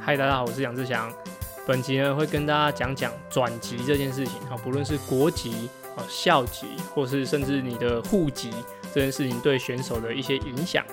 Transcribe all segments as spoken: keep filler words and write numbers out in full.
嗨，大家好，我是杨志祥。本集呢会跟大家讲讲转籍这件事情，不论是国籍、校籍，或是甚至你的户籍这件事情对选手的一些影响。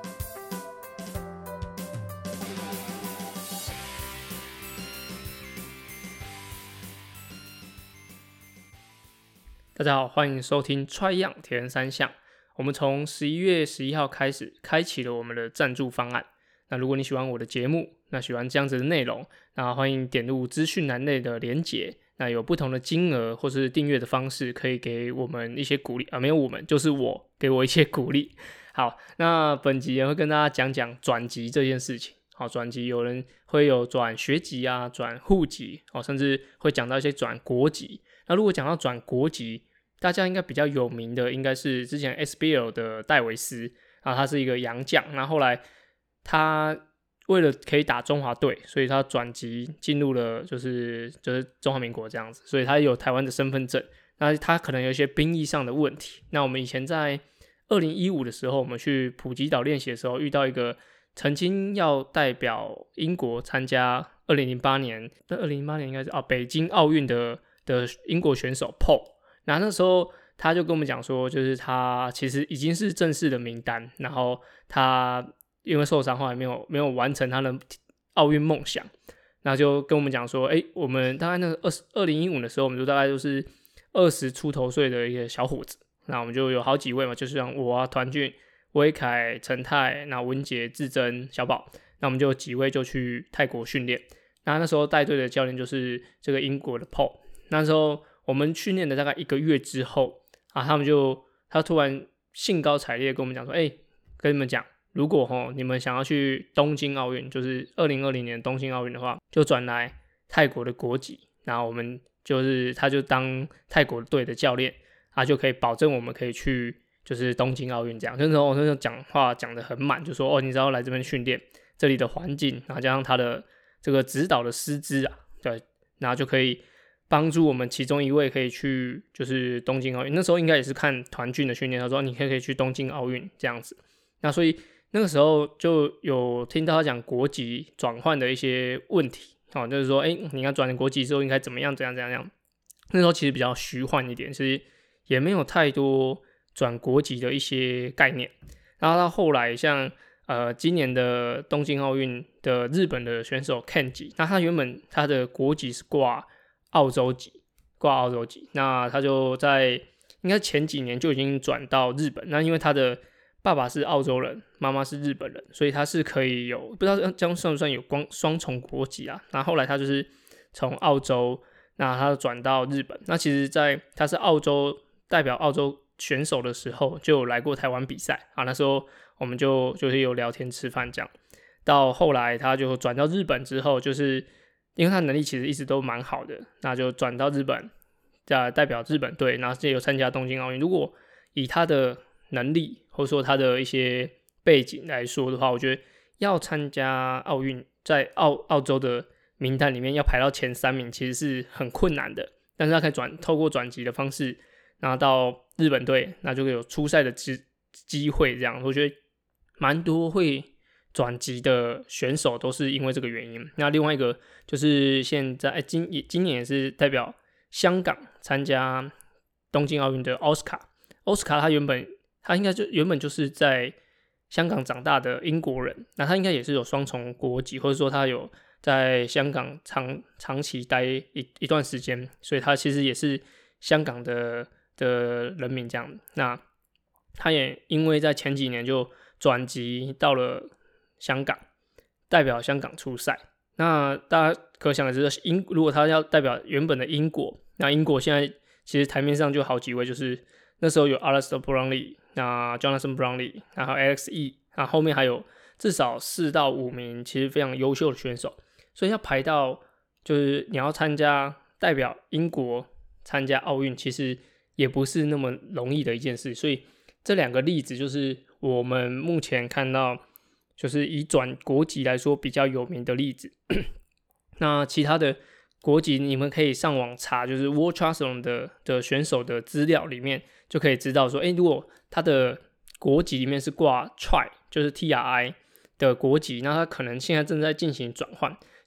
大家好，欢迎收听 Try Young 铁人三项。我们从十一月十一号开始开启了我们的赞助方案。那如果你喜欢我的节目，那喜欢这样子的内容，那欢迎点入资讯栏内的连结。那有不同的金额或是订阅的方式，可以给我们一些鼓励啊，没有我们，就是我给我一些鼓励。好，那本集也会跟大家讲讲转籍这件事情。好，转籍有人会有转学籍啊，转户籍，哦，甚至会讲到一些转国籍。那如果讲到转国籍，大家应该比较有名的应该是之前 S B L 的戴维斯啊，他是一个洋将，那后来他为了可以打中华队，所以他转籍进入了就是就是中华民国这样子，所以他有台湾的身份证。那他可能有一些兵役上的问题。那我们以前在二零一五的时候，我们去普吉岛练习的时候，遇到一个曾经要代表英国参加二零零八年，那二零零八年应该是、啊、北京奥运的的英国选手 Paul。那那时候他就跟我们讲说，就是他其实已经是正式的名单，然后他因为受伤后来没有没有完成他的奥运梦想，那就跟我们讲说，哎，我们大概那个二零一五的时候，我们就大概就是二十出头岁的一个小伙子，那我们就有好几位嘛，就是像我啊、团俊、威凯、陈泰、那文杰、志珍、小宝，那我们就有几位就去泰国训练。那那时候带队的教练就是这个英国的 Paul。那时候我们训练的大概一个月之后啊，他们就他突然兴高采烈跟我们讲说，哎，跟你们讲，如果齁你们想要去东京奥运，就是二零二零年东京奥运的话，就转来泰国的国籍，然后我们就是他就当泰国队的教练，他就可以保证我们可以去就是东京奥运这样。那时候我那时候讲话讲得很满，就说哦，你只要来这边训练，这里的环境，然后加上他的这个指导的师资啊，对，然后就可以帮助我们其中一位可以去就是东京奥运。那时候应该也是看团俊的训练，他说你可以去东京奥运这样子。那所以那个时候就有听到他讲国籍转换的一些问题，哦，就是说，哎，你要转国籍之后应该怎么样，怎样，怎样，怎样。那时候其实比较虚幻一点，其实也没有太多转国籍的一些概念。然后到后来像呃今年的东京奥运的日本的选手 Kenji， 那他原本他的国籍是挂澳洲籍，挂澳洲籍，那他就在应该前几年就已经转到日本。那因为他的爸爸是澳洲人，妈妈是日本人，所以他是可以有不知道这样算不算有光双重国籍啊？那后来他就是从澳洲，那他转到日本。那其实在他是澳洲代表澳洲选手的时候，就有来过台湾比赛啊。那时候我们就就是有聊天吃饭这样。到后来他就转到日本之后，就是因为他能力其实一直都蛮好的，那就转到日本，代表日本队，然后也有参加东京奥运。如果以他的能力或者说他的一些背景来说的话，我觉得要参加奥运，在 澳, 澳洲的名单里面要排到前三名，其实是很困难的。但是他可以转透过转籍的方式拿到日本队，那就有出赛的机会。这样，我觉得蛮多会转籍的选手都是因为这个原因。那另外一个就是现在今今年也是代表香港参加东京奥运的奥斯卡。奥斯卡他原本他应该就原本就是在香港长大的英国人，那他应该也是有双重国籍，或者说他有在香港长长期待 一, 一段时间，所以他其实也是香港的的人民这样。那他也因为在前几年就转籍到了香港，代表香港出赛。那大家可想而知，英如果他要代表原本的英国，那英国现在其实台面上就好几位，就是那时候有 Alistair Brownlee， 那 Jonathan Brownlee， 然后 Alex E， 那后面还有至少四到五名其实非常优秀的选手，所以要排到就是你要参加代表英国参加奥运，其实也不是那么容易的一件事。所以这两个例子就是我们目前看到就是以转国籍来说比较有名的例子。那其他的国籍你们可以上网查，就是 World Triathlon 的, 的选手的资料里面就可以知道说，诶，如果他的国籍里面是挂 Tri， 就是 T R I 的国籍，那他可能现在正在进行转换。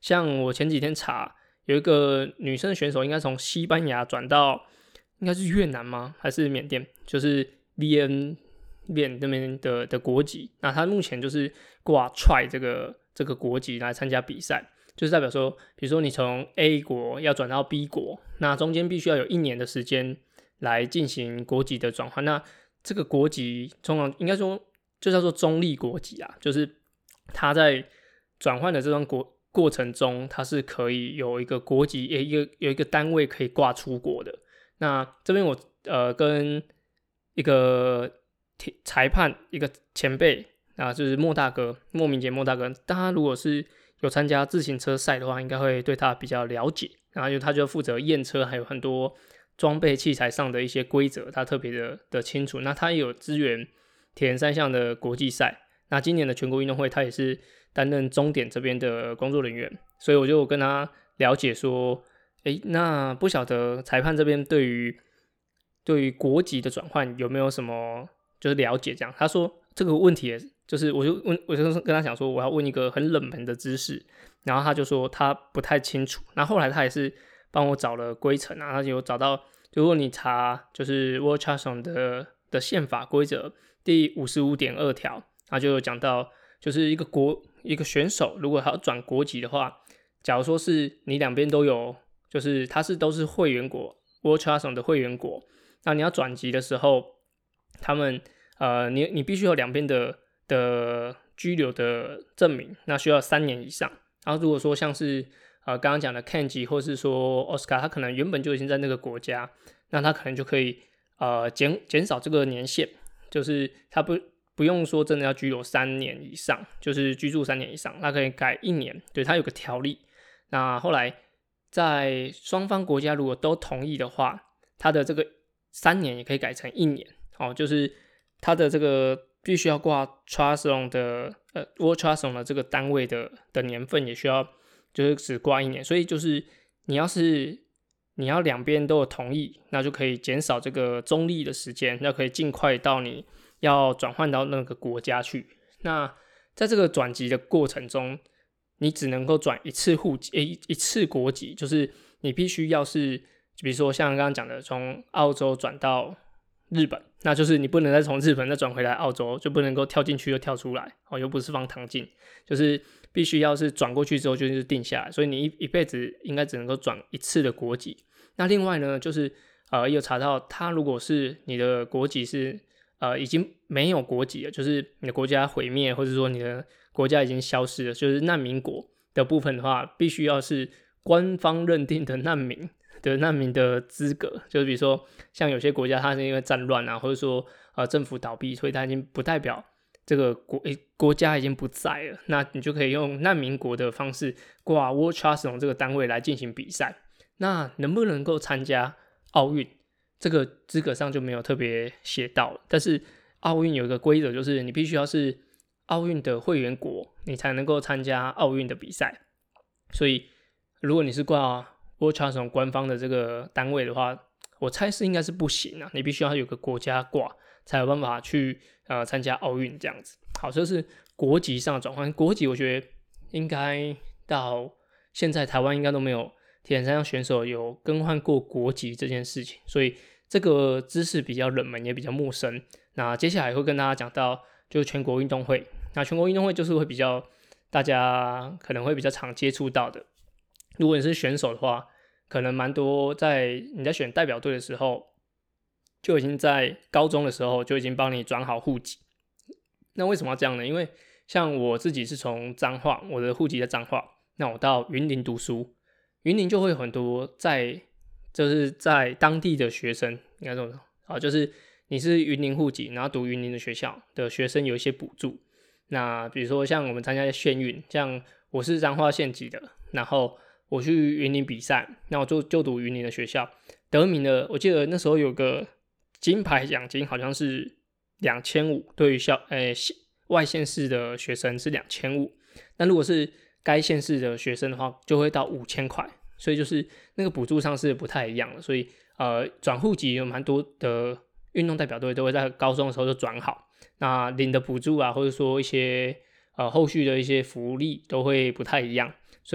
像我前几天查，有一个女生的选手应该从西班牙转到应该是越南吗？还是缅甸？就是 V N 缅那边的的国籍。那她目前就是挂 try 这个这个国籍来参加比赛，就是代表说，比如说你从 A 国要转到 B 国，那中间必须要有一年的时间来进行国籍的转换。那这个国籍通常应该说就叫做中立国籍啊，就是它在转换的这段国过程中，它是可以有一个国籍，有一个有一个单位可以挂出国的。那这边我呃跟一个裁判一个前辈啊，就是莫大哥，莫明杰莫大哥，但他如果是有参加自行车赛的话，应该会对他比较了解。然后就他就负责验车，还有很多装备器材上的一些规则，他特别的的清楚。那他也有支援铁人三项的国际赛。那今年的全国运动会，他也是担任终点这边的工作人员，所以我就跟他了解说，诶，那不晓得裁判这边对于对于国籍的转换有没有什么就是了解？这样，他说这个问题也就是我就问，我就跟他讲说，我要问一个很冷门的知识，然后他就说他不太清楚。那后来他也是帮我找了规程啊，他有找到，如果你查就是 World Triathlon 的的宪法规则第五十五点二条，他就有讲到，就是一个国一个选手如果他要转国籍的话，假如说是你两边都有，就是他是都是会员国 World Triathlon 的会员国，那你要转籍的时候，他们呃你你必须有两边的的居留的证明，那需要三年以上。然后如果说像是呃刚刚讲的 Kenji 或是说 Oscar， 他可能原本就已经在那个国家，那他可能就可以呃减减少这个年限，就是他不不用说真的要居留三年以上，就是居住三年以上，他可以改一年，对，他有个条例。那后来在双方国家如果都同意的话，他的这个三年也可以改成一年，哦，就是他的这个必须要挂 Triathlon 的呃 World Triathlon 的这个单位的的年份也需要就是只挂一年，所以就是你要是你要两边都有同意，那就可以减少这个中立的时间，那可以尽快到你要转换到那个国家去。那在这个转籍的过程中，你只能够转一次户籍，一一次国籍，就是你必须要是，比如说像刚刚讲的，从澳洲转到日本，那就是你不能再从日本再转回来澳洲，就不能够跳进去又跳出来，哦，又不是放糖镜，就是必须要是转过去之后就是定下来，所以你一一辈子应该只能够转一次的国籍。那另外呢，就是呃，有查到，他如果是你的国籍是呃已经没有国籍了，就是你的国家毁灭，或者说你的国家已经消失了，就是难民国的部分的话，必须要是官方认定的难民的难民的资格，就是比如说像有些国家它是因为战乱啊，或者说呃政府倒闭，所以它已经不代表这个国诶国家已经不在了，那你就可以用难民国的方式挂 World Triathlon 这个单位来进行比赛。那能不能够参加奥运，这个资格上就没有特别写到了，但是奥运有一个规则，就是你必须要是奥运的会员国，你才能够参加奥运的比赛。所以如果你是挂 World Triathlon 官方的这个单位的话，我猜是应该是不行啊，你必须要有个国家挂才有办法去呃参加奥运这样子。好，这是国籍上的转换。国籍我觉得应该到现在台湾应该都没有铁人三项选手有更换过国籍这件事情，所以这个知识比较冷门，也比较陌生。那接下来会跟大家讲到就是全国运动会，那全国运动会就是会比较大家可能会比较常接触到的。如果你是选手的话，可能蛮多在你在选代表队的时候，就已经在高中的时候就已经帮你转好户籍。那为什么要这样呢？因为像我自己是从彰化，我的户籍在彰化，那我到云林读书，云林就会有很多在就是在当地的学生，应该这么说啊，就是你是云林户籍，然后读云林的学校的学生有一些补助。那比如说像我们参加县运，像我是彰化县级的，然后我去云林比赛，那我就就读云林的学校，得名的，我记得那时候有个金牌奖金好像是两千五，对于校诶、欸、外县市的学生是两千五，那如果是该县市的学生的话，就会到五千块，所以就是那个补助上是不太一样的。所以呃，转户籍有蛮多的运动代表队都会在高中的时候就转好，那领的补助啊，或者说一些呃后续的一些福利都会不太一样。所以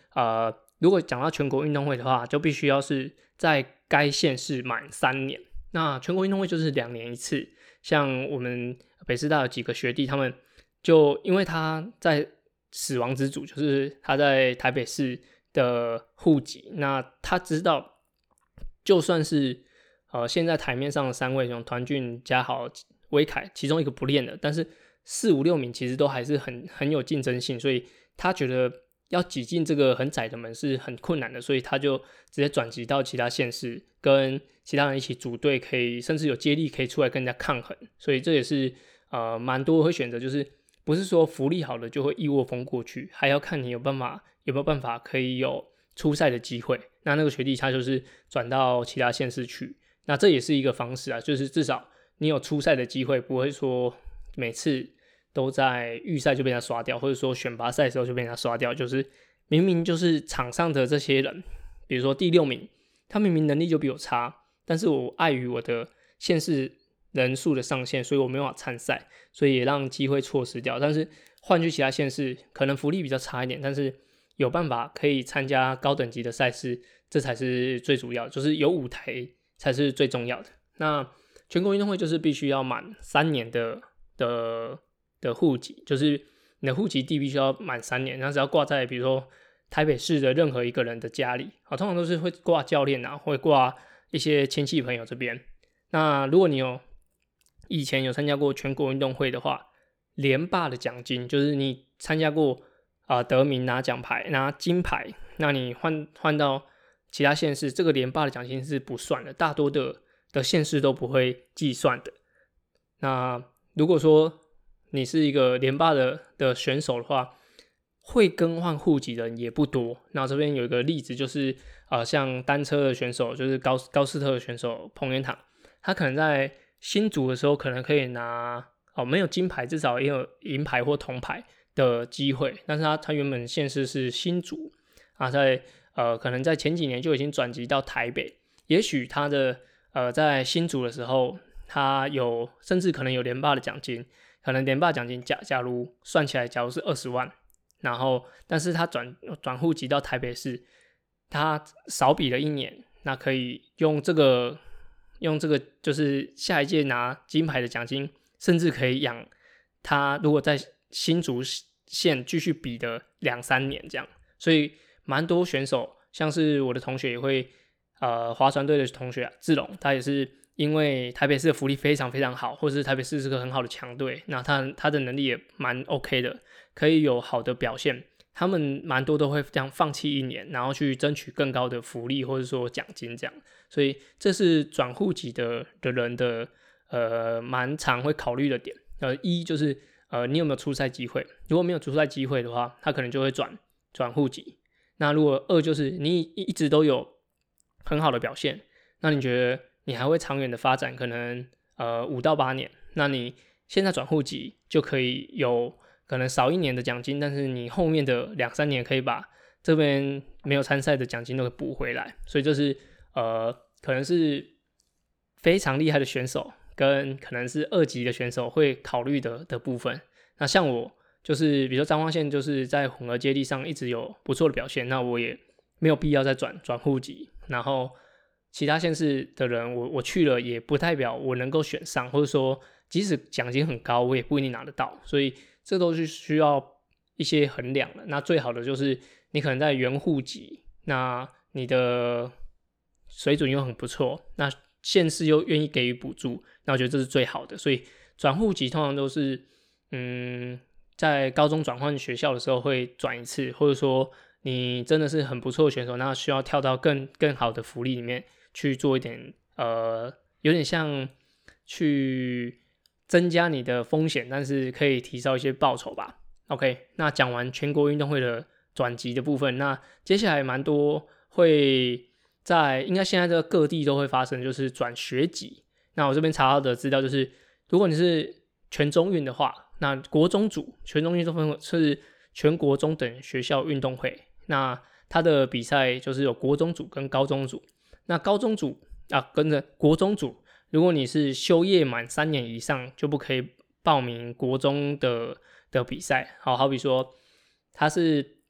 呃，如果讲到全国运动会的话，就必须要是在该县市满三年。那全国运动会就是两年一次，像我们北师大有几个学弟，他们就因为他在死亡之组，就是他在台北市的户籍，那他知道，就算是呃现在台面上的三位，像团俊、嘉豪、威凯，其中一个不练的，但是四五六名其实都还是很很有竞争性，所以他觉得要挤进这个很窄的门是很困难的，所以他就直接转籍到其他县市，跟其他人一起组队，可以甚至有接力可以出来跟人家抗衡，所以这也是呃蛮多会选择，就是不是说福利好了就会一窝蜂过去，还要看你有办法有没有办法可以有出赛的机会。那那个学弟他就是转到其他县市去，那这也是一个方式啊，就是至少你有出赛的机会，不会说每次都在预赛就被他刷掉，或者说选拔赛的时候就被他刷掉，就是明明就是场上的这些人，比如说第六名，他明明能力就比我差，但是我碍于我的县市人数的上限，所以我没有办法参赛，所以也让机会错失掉。但是换去其他县市，可能福利比较差一点，但是有办法可以参加高等级的赛事，这才是最主要的，就是有舞台才是最重要的。那全国运动会就是必须要满三年的的的户籍，就是你的户籍地必须要满三年，那只要挂在比如说台北市的任何一个人的家里，好，通常都是会挂教练啊，会挂一些亲戚朋友这边。那如果你有以前有参加过全国运动会的话，连霸的奖金就是你参加过啊、呃、得名拿奖牌拿金牌，那你换换到其他县市，这个连霸的奖金是不算的，大多的的县市都不会计算的。那如果说你是一个连霸的的选手的话，会更换户籍的人也不多。那这边有一个例子，就是呃，像单车的选手，就是高高斯特的选手彭元堂，他可能在新竹的时候，可能可以拿哦没有金牌，至少也有银牌或铜牌的机会。但是他他原本县市是新竹啊，在呃可能在前几年就已经转籍到台北，也许他的呃在新竹的时候，他有甚至可能有连霸的奖金。可能连霸奖金假假如算起来，假如是二十万，然后但是他转转户籍到台北市，他少比了一年，那可以用这个用这个就是下一届拿金牌的奖金，甚至可以养他如果在新竹县继续比的两三年这样。所以蛮多选手，像是我的同学也会，呃，划船队的同学啊，志龙，他也是。因为台北市的福利非常非常好，或者是台北市是个很好的强队，那他他的能力也蛮 OK 的，可以有好的表现。他们蛮多都会这样放弃一年，然后去争取更高的福利或者说奖金这样。所以这是转户籍的的人的呃蛮常会考虑的点。呃，一就是呃你有没有出赛机会，如果没有出赛机会的话，他可能就会转转户籍。那如果二就是你一直都有很好的表现，那你觉得？你还会长远的发展，可能呃五到八年，那你现在转户籍就可以有可能少一年的奖金，但是你后面的两三年可以把这边没有参赛的奖金都给补回来，所以这是呃可能是非常厉害的选手跟可能是二级的选手会考虑的的部分。那像我就是比如说彰化县就是在混合接力上一直有不错的表现，那我也没有必要再转转户籍，然后。其他县市的人我，我去了也不代表我能够选上，或者说即使奖金很高，我也不一定拿得到，所以这都是需要一些衡量的。那最好的就是你可能在原户籍，那你的水准又很不错，那县市又愿意给予补助，那我觉得这是最好的。所以转户籍通常都是，嗯，在高中转换学校的时候会转一次，或者说你真的是很不错的选手，那需要跳到更更好的福利里面。去做一点呃，有点像去增加你的风险，但是可以提高一些报酬吧。OK， 那讲完全国运动会的转籍的部分，那接下来蛮多会在应该现在这个各地都会发生，就是转学籍。那我这边查到的资料就是，如果你是全中运的话，那国中组全中运都分是全国中等学校运动会，那它的比赛就是有国中组跟高中组。那高中组啊，跟着国中组，如果你是修业满三年以上，就不可以报名国中的的比赛。好好比说，他是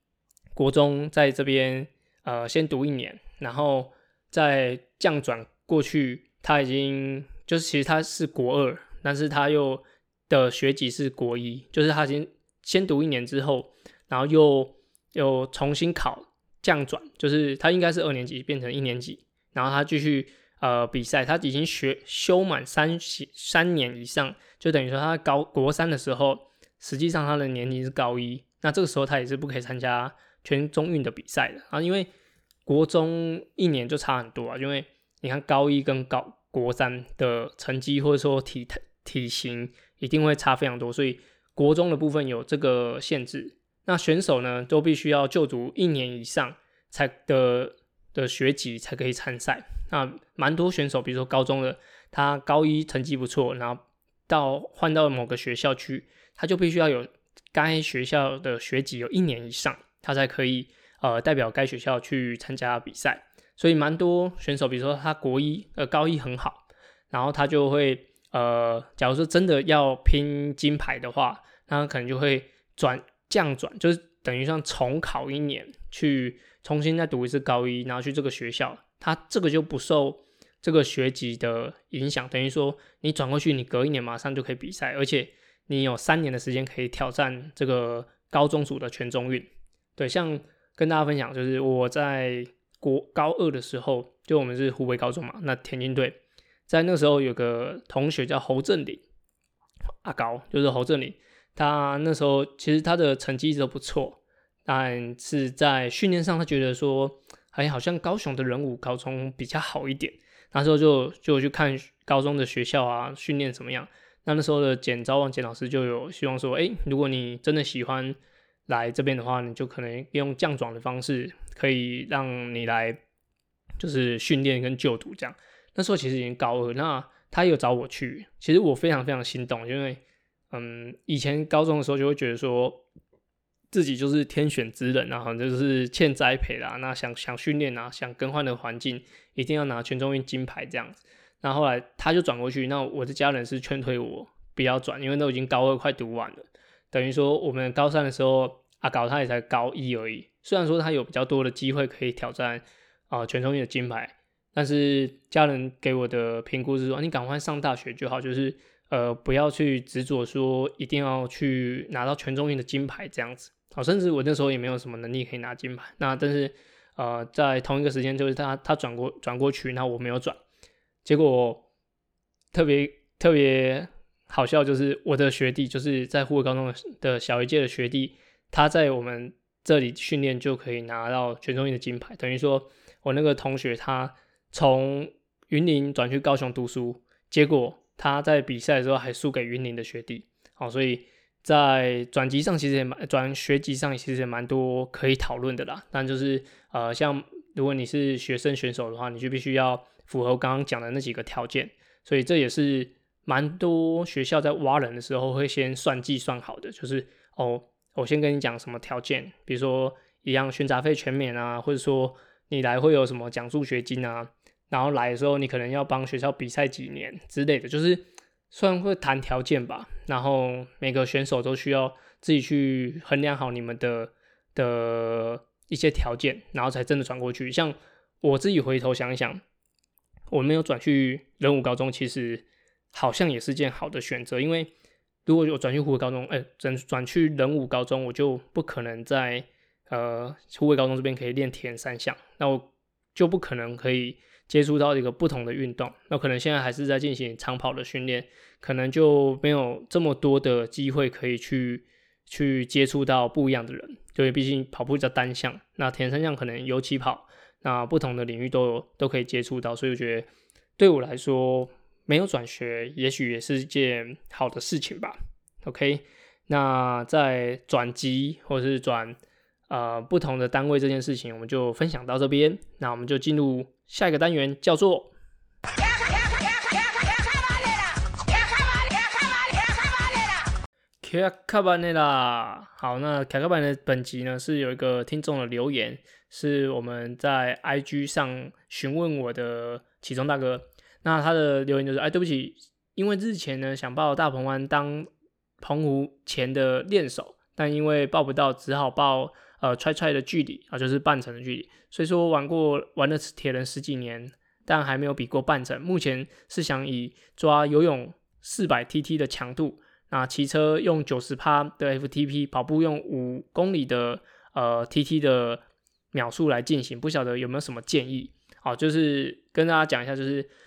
国中在这边呃先读一年，然后再降转过去，他已经就是其实他是国二，但是他又的学籍是国一，就是他先先读一年之后，然后又又重新考降转，就是他应该是二年级变成一年级，然后他继续呃比赛，他已经学修满三三年以上，就等于说他高国三的时候，实际上他的年龄是高一，那这个时候他也是不可以参加全中运的比赛的啊，因为国中一年就差很多啊，因为你看高一跟高国三的成绩或者说体体型一定会差非常多，所以国中的部分有这个限制。那选手呢都必须要就读一年以上才的的学籍才可以参赛。那蛮多选手，比如说高中的，他高一成绩不错，然后到换到某个学校去，他就必须要有该学校的学籍有一年以上，他才可以呃代表该学校去参加比赛。所以蛮多选手，比如说他国一呃高一很好，然后他就会呃，假如说真的要拼金牌的话，那他可能就会转降转，就是等于像重考一年，去重新再读一次高一，然后去这个学校，他这个就不受这个学籍的影响，等于说你转过去，你隔一年马上就可以比赛，而且你有三年的时间可以挑战这个高中组的全中运。对，像跟大家分享，就是我在国高二的时候，就我们是湖北高中嘛，那田径队在那时候有个同学叫侯正林，阿高就是侯正林，他那时候其实他的成绩一直都不错，但是在训练上他觉得说，哎，好像高雄的人武高中比较好一点，那时候就就去看高中的学校啊，训练怎么样。那那时候的简昭旺简老师就有希望说，哎，如果你真的喜欢来这边的话，你就可能用降转的方式，可以让你来就是训练跟就读这样。那时候其实已经高二，那他有找我去，其实我非常非常心动，因为嗯，以前高中的时候就会觉得说自己就是天选之人啊，就是欠栽培啦，那想想训练啊，想更换的环境，一定要拿全中运金牌这样子。那后来他就转过去，那我的家人是劝退我不要转，因为都已经高二快读完了，等于说我们高三的时候，阿高他也才高一而已。虽然说他有比较多的机会可以挑战啊、呃、全中运的金牌，但是家人给我的评估是说，你赶快上大学就好，就是呃不要去执着说一定要去拿到全中运的金牌这样子。好，甚至我那时候也没有什么能力可以拿金牌。那但是呃在同一个时间，就是他他转过转过去，那我没有转。结果特别特别好笑，就是我的学弟，就是在湖北高中的小一届的学弟，他在我们这里训练就可以拿到全中运的金牌，等于说我那个同学他从云林转去高雄读书，结果他在比赛的时候还输给云林的学弟，好，所以在转级上其实也蛮转学籍上其实也蛮多可以讨论的啦。但就是呃，像如果你是学生选手的话，你就必须要符合刚刚讲的那几个条件，所以这也是蛮多学校在挖人的时候会先算计算好的，就是哦，我先跟你讲什么条件，比如说一样选杂费全免啊，或者说你来会有什么奖助学金啊，然后来的时候你可能要帮学校比赛几年之类的，就是算会谈条件吧。然后每个选手都需要自己去衡量好你们的的一些条件，然后才真的转过去。像我自己回头想一想，我没有转去仁武高中，其实好像也是件好的选择，因为如果我转去湖北高中，哎、欸，转转去仁武高中，我就不可能在呃湖北高中这边可以练铁人三项，那我就不可能可以接触到一个不同的运动，那可能现在还是在进行长跑的训练，可能就没有这么多的机会可以去去接触到不一样的人，因为毕竟跑步比较单项，那铁人三项可能游骑跑，那不同的领域都有都可以接触到，所以我觉得对我来说没有转学也许也是一件好的事情吧。 OK， 那在转级或是转呃不同的单位这件事情我们就分享到这边，那我们就进入下一个单元，叫做卡卡班的啦。好，那卡卡班的本集呢是有一个听众的留言，是我们在 I G 上询问我的启中大哥。那他的留言就是：哎，对不起，因为日前呢想报大鹏湾当澎湖前的练手，但因为报不到，只好报呃 try try 的距离啊，就是半程的距离。所以说玩过玩了铁人十几年，但还没有比过半程。目前是想以抓游泳四百 T T 的强度，那骑车用 百分之九十 的 F T P， 跑步用五公里的呃 T T 的秒数来进行。不晓得有没有什么建议？好，就是跟大家讲一下，就是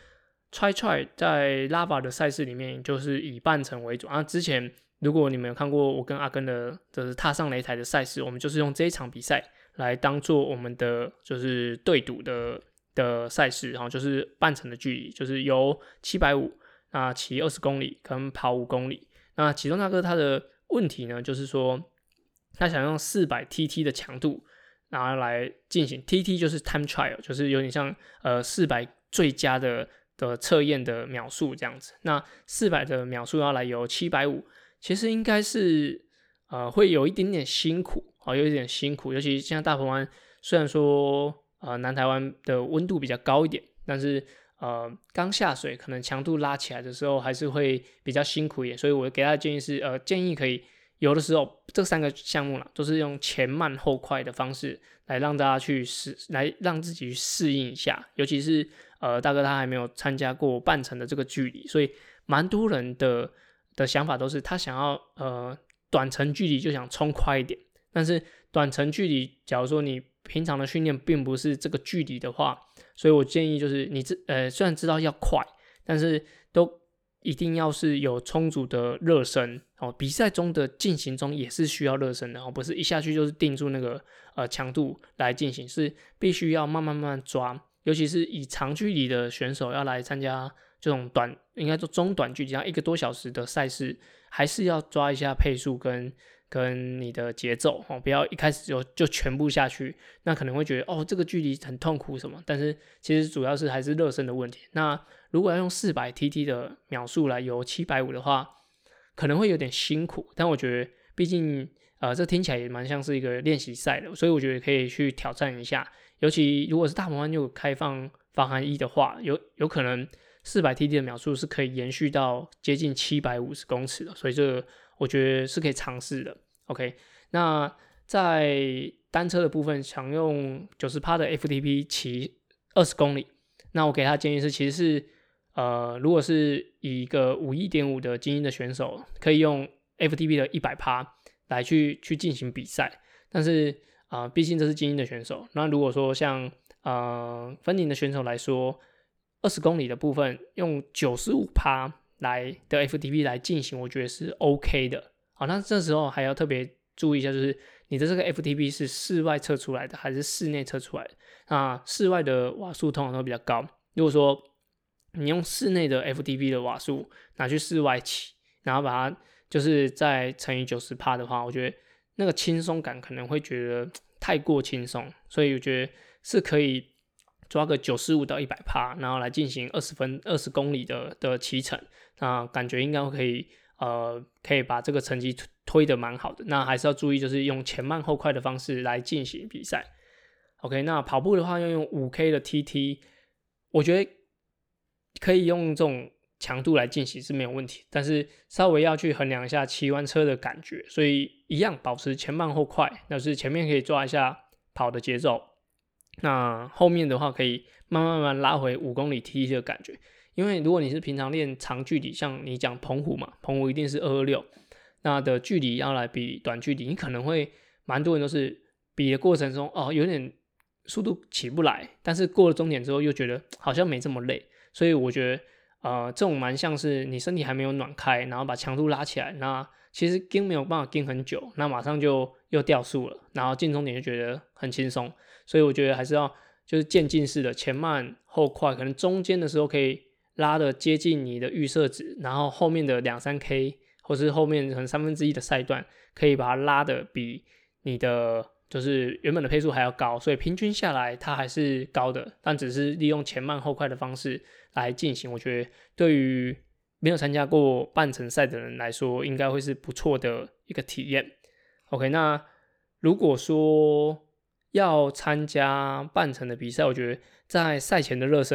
try try 在 Lava 的赛事里面就是以半程为主啊。之前如果你们有看过我跟阿根的就是踏上擂台的赛事，我们就是用这一场比赛来当做我们的就是对赌的的赛事，然后就是半程的距离，就是由七百五十那骑二十公里跟跑五公里。那启动大哥他的问题呢，就是说他想用四百 T T 的强度，然后来进行 T T 就是 time trial， 就是有点像呃四百最佳的的测验的秒数这样子。那四百的秒数要来由七百五十，其实应该是呃会有一点点辛苦，哦，有一点辛苦，尤其现在大鹏湾虽然说呃南台湾的温度比较高一点，但是呃刚下水可能强度拉起来的时候还是会比较辛苦一点，所以我给他的建议是呃建议可以有的时候这三个项目啦都是用前慢后快的方式来让大家去适来让自己去适应一下，尤其是呃大哥他还没有参加过半程的这个距离，所以蛮多人的的想法都是他想要呃短程距离就想冲快一点，但是短程距离假如说你平常的训练并不是这个距离的话，所以我建议就是你呃虽然知道要快，但是都一定要是有充足的热身哦。比赛中的进行中也是需要热身的哦，不是一下去就是定住那个呃强度来进行，是必须要慢慢慢慢抓。尤其是以长距离的选手要来参加这种短，应该说中短距离，像一个多小时的赛事，还是要抓一下配速跟跟你的节奏哦，不要一开始就就全部下去，那可能会觉得哦这个距离很痛苦什么，但是其实主要是还是热身的问题。那如果要用四百 T T 的秒数来游七百五十的话，可能会有点辛苦，但我觉得毕竟呃这听起来也蛮像是一个练习赛的，所以我觉得可以去挑战一下。尤其如果是大鹏湾又开放防寒衣的话，有有可能四百 T T 的秒数是可以延续到接近七百五十公尺的，所以这个我觉得是可以尝试的。OK， 那在单车的部分，想用 百分之九十 的 F T P 骑二十公里，那我给他建议是，其实是呃，如果是以一个 五十一点五 的精英的选手，可以用 F T P 的 百分之百 来去去进行比赛，但是啊、呃，毕竟这是精英的选手。那如果说像呃分龄的选手来说，二十公里的部分用 百分之九十五 来的 F T P 来进行，我觉得是 OK 的。好，那这时候还要特别注意一下，就是你的这个 F T P 是室外测出来的还是室内测出来的？那室外的瓦数通常都比较高。如果说你用室内的 F T P 的瓦数拿去室外骑，然后把它就是再乘以 百分之九十 的话，我觉得那个轻松感可能会觉得太过轻松，所以我觉得是可以抓个九十五到一百趴，然后来进行二十分二十公里的的骑程，那感觉应该可以呃可以把这个成绩推得蛮好的。那还是要注意，就是用前慢后快的方式来进行比赛。OK， 那跑步的话要用 五 K 的 T T， 我觉得可以用这种强度来进行是没有问题，但是稍微要去衡量一下骑完车的感觉，所以一样保持前慢后快，那就是前面可以抓一下跑的节奏，那后面的话可以慢慢慢慢拉回五公里 T T 的感觉。因为如果你是平常练长距离，像你讲澎湖嘛，澎湖一定是二二六，那的距离要来比短距离，你可能会蛮多人都是比的过程中哦有点速度起不来，但是过了终点之后又觉得好像没这么累，所以我觉得呃这种蛮像是你身体还没有暖开，然后把强度拉起来，那其实跟没有办法跟很久，那马上就又掉速了，然后进终点就觉得很轻松，所以我觉得还是要就是渐进式的前慢后快，可能中间的时候可以拉的接近你的预设值，然后后面的两三 K 或是后面可能三分之一的赛段可以把它拉的比你的就是原本的配速还要高，所以平均下来它还是高的，但只是利用前慢后快的方式来进行，我觉得对于没有参加过半程赛的人来说应该会是不错的一个体验。 OK， 那如果说要参加半程的比赛，我觉得在赛前的热身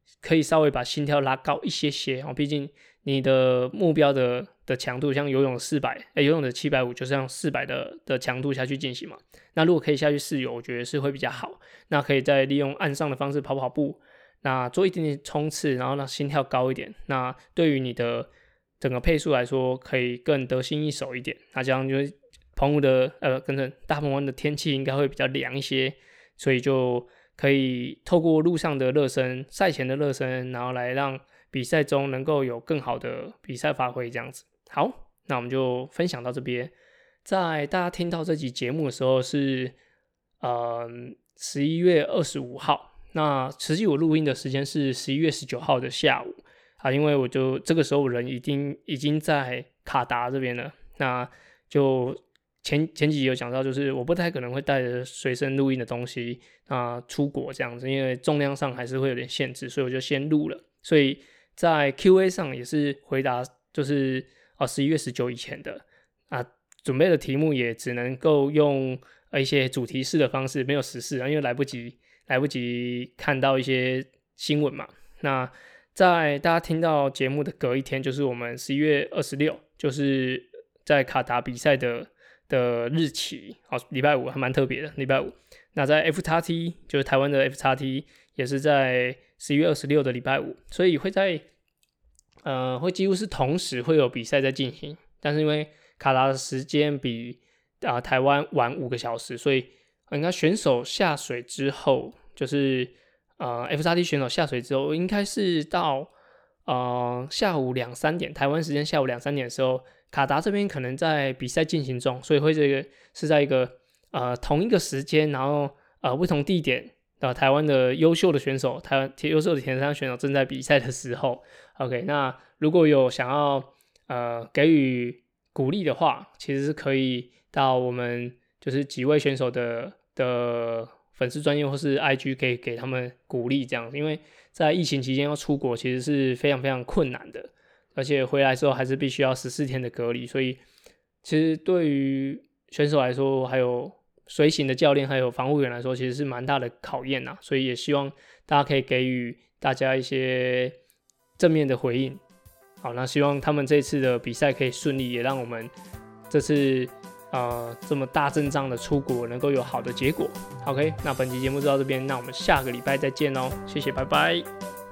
可以稍微把心跳拉高一些些哦，毕竟你的目标的的强度，像游泳四百，哎，游泳的七百五就是用四百的的强度下去进行嘛。那如果可以下去试游，我觉得是会比较好。那可以再利用岸上的方式跑跑步，那做一点点冲刺，然后让心跳高一点。那对于你的整个配速来说，可以更得心应手一点。那这样就是澎湖的呃，跟着大鹏湾的天气应该会比较凉一些，所以就可以透过路上的热身、赛前的热身，然后来让比赛中能够有更好的比赛发挥，这样子。好，那我们就分享到这边。在大家听到这集节目的时候是，呃，十一月二十五号。那实际我录音的时间是十一月十九号的下午啊，因为我就这个时候人已经已经在卡达这边了。那就前前几集有讲到，就是我不太可能会带着随身录音的东西啊、呃、出国这样子，因为重量上还是会有点限制，所以我就先录了。所以在 Q A 上也是回答，就是啊十一月十九以前的啊，准备的题目也只能够用一些主题式的方式，没有时事啊，因为来不及来不及看到一些新闻嘛。那在大家听到节目的隔一天，就是我们十一月二十六，就是在卡达比赛的的日期，好，礼拜五还蛮特别的，礼拜五。那在 F X T 就是台湾的 F X T 也是在十一月二十六的礼拜五，所以会在呃会几乎是同时会有比赛在进行，但是因为卡达的时间比啊、呃、台湾晚五个小时，所以应该选手下水之后，就是呃 F X T 选手下水之后，应该是到呃下午两三点，台湾时间下午两三点的时候，卡达这边可能在比赛进行中，所以会这个是在一个呃同一个时间，然后呃不同地点。呃，台湾的优秀的选手，台湾优秀的田三选手正在比赛的时候 ，OK， 那如果有想要呃给予鼓励的话，其实是可以到我们就是几位选手的的粉丝专页或是 I G 可以给他们鼓励这样子，因为在疫情期间要出国其实是非常非常困难的，而且回来之后还是必须要十四天的隔离，所以其实对于选手来说，还有随行的教练还有防护员来说，其实是蛮大的考验呐，所以也希望大家可以给予大家一些正面的回应。好，那希望他们这次的比赛可以顺利，也让我们这次呃这么大阵仗的出国能够有好的结果。OK， 那本期节目就到这边，那我们下个礼拜再见哦，谢谢，拜拜。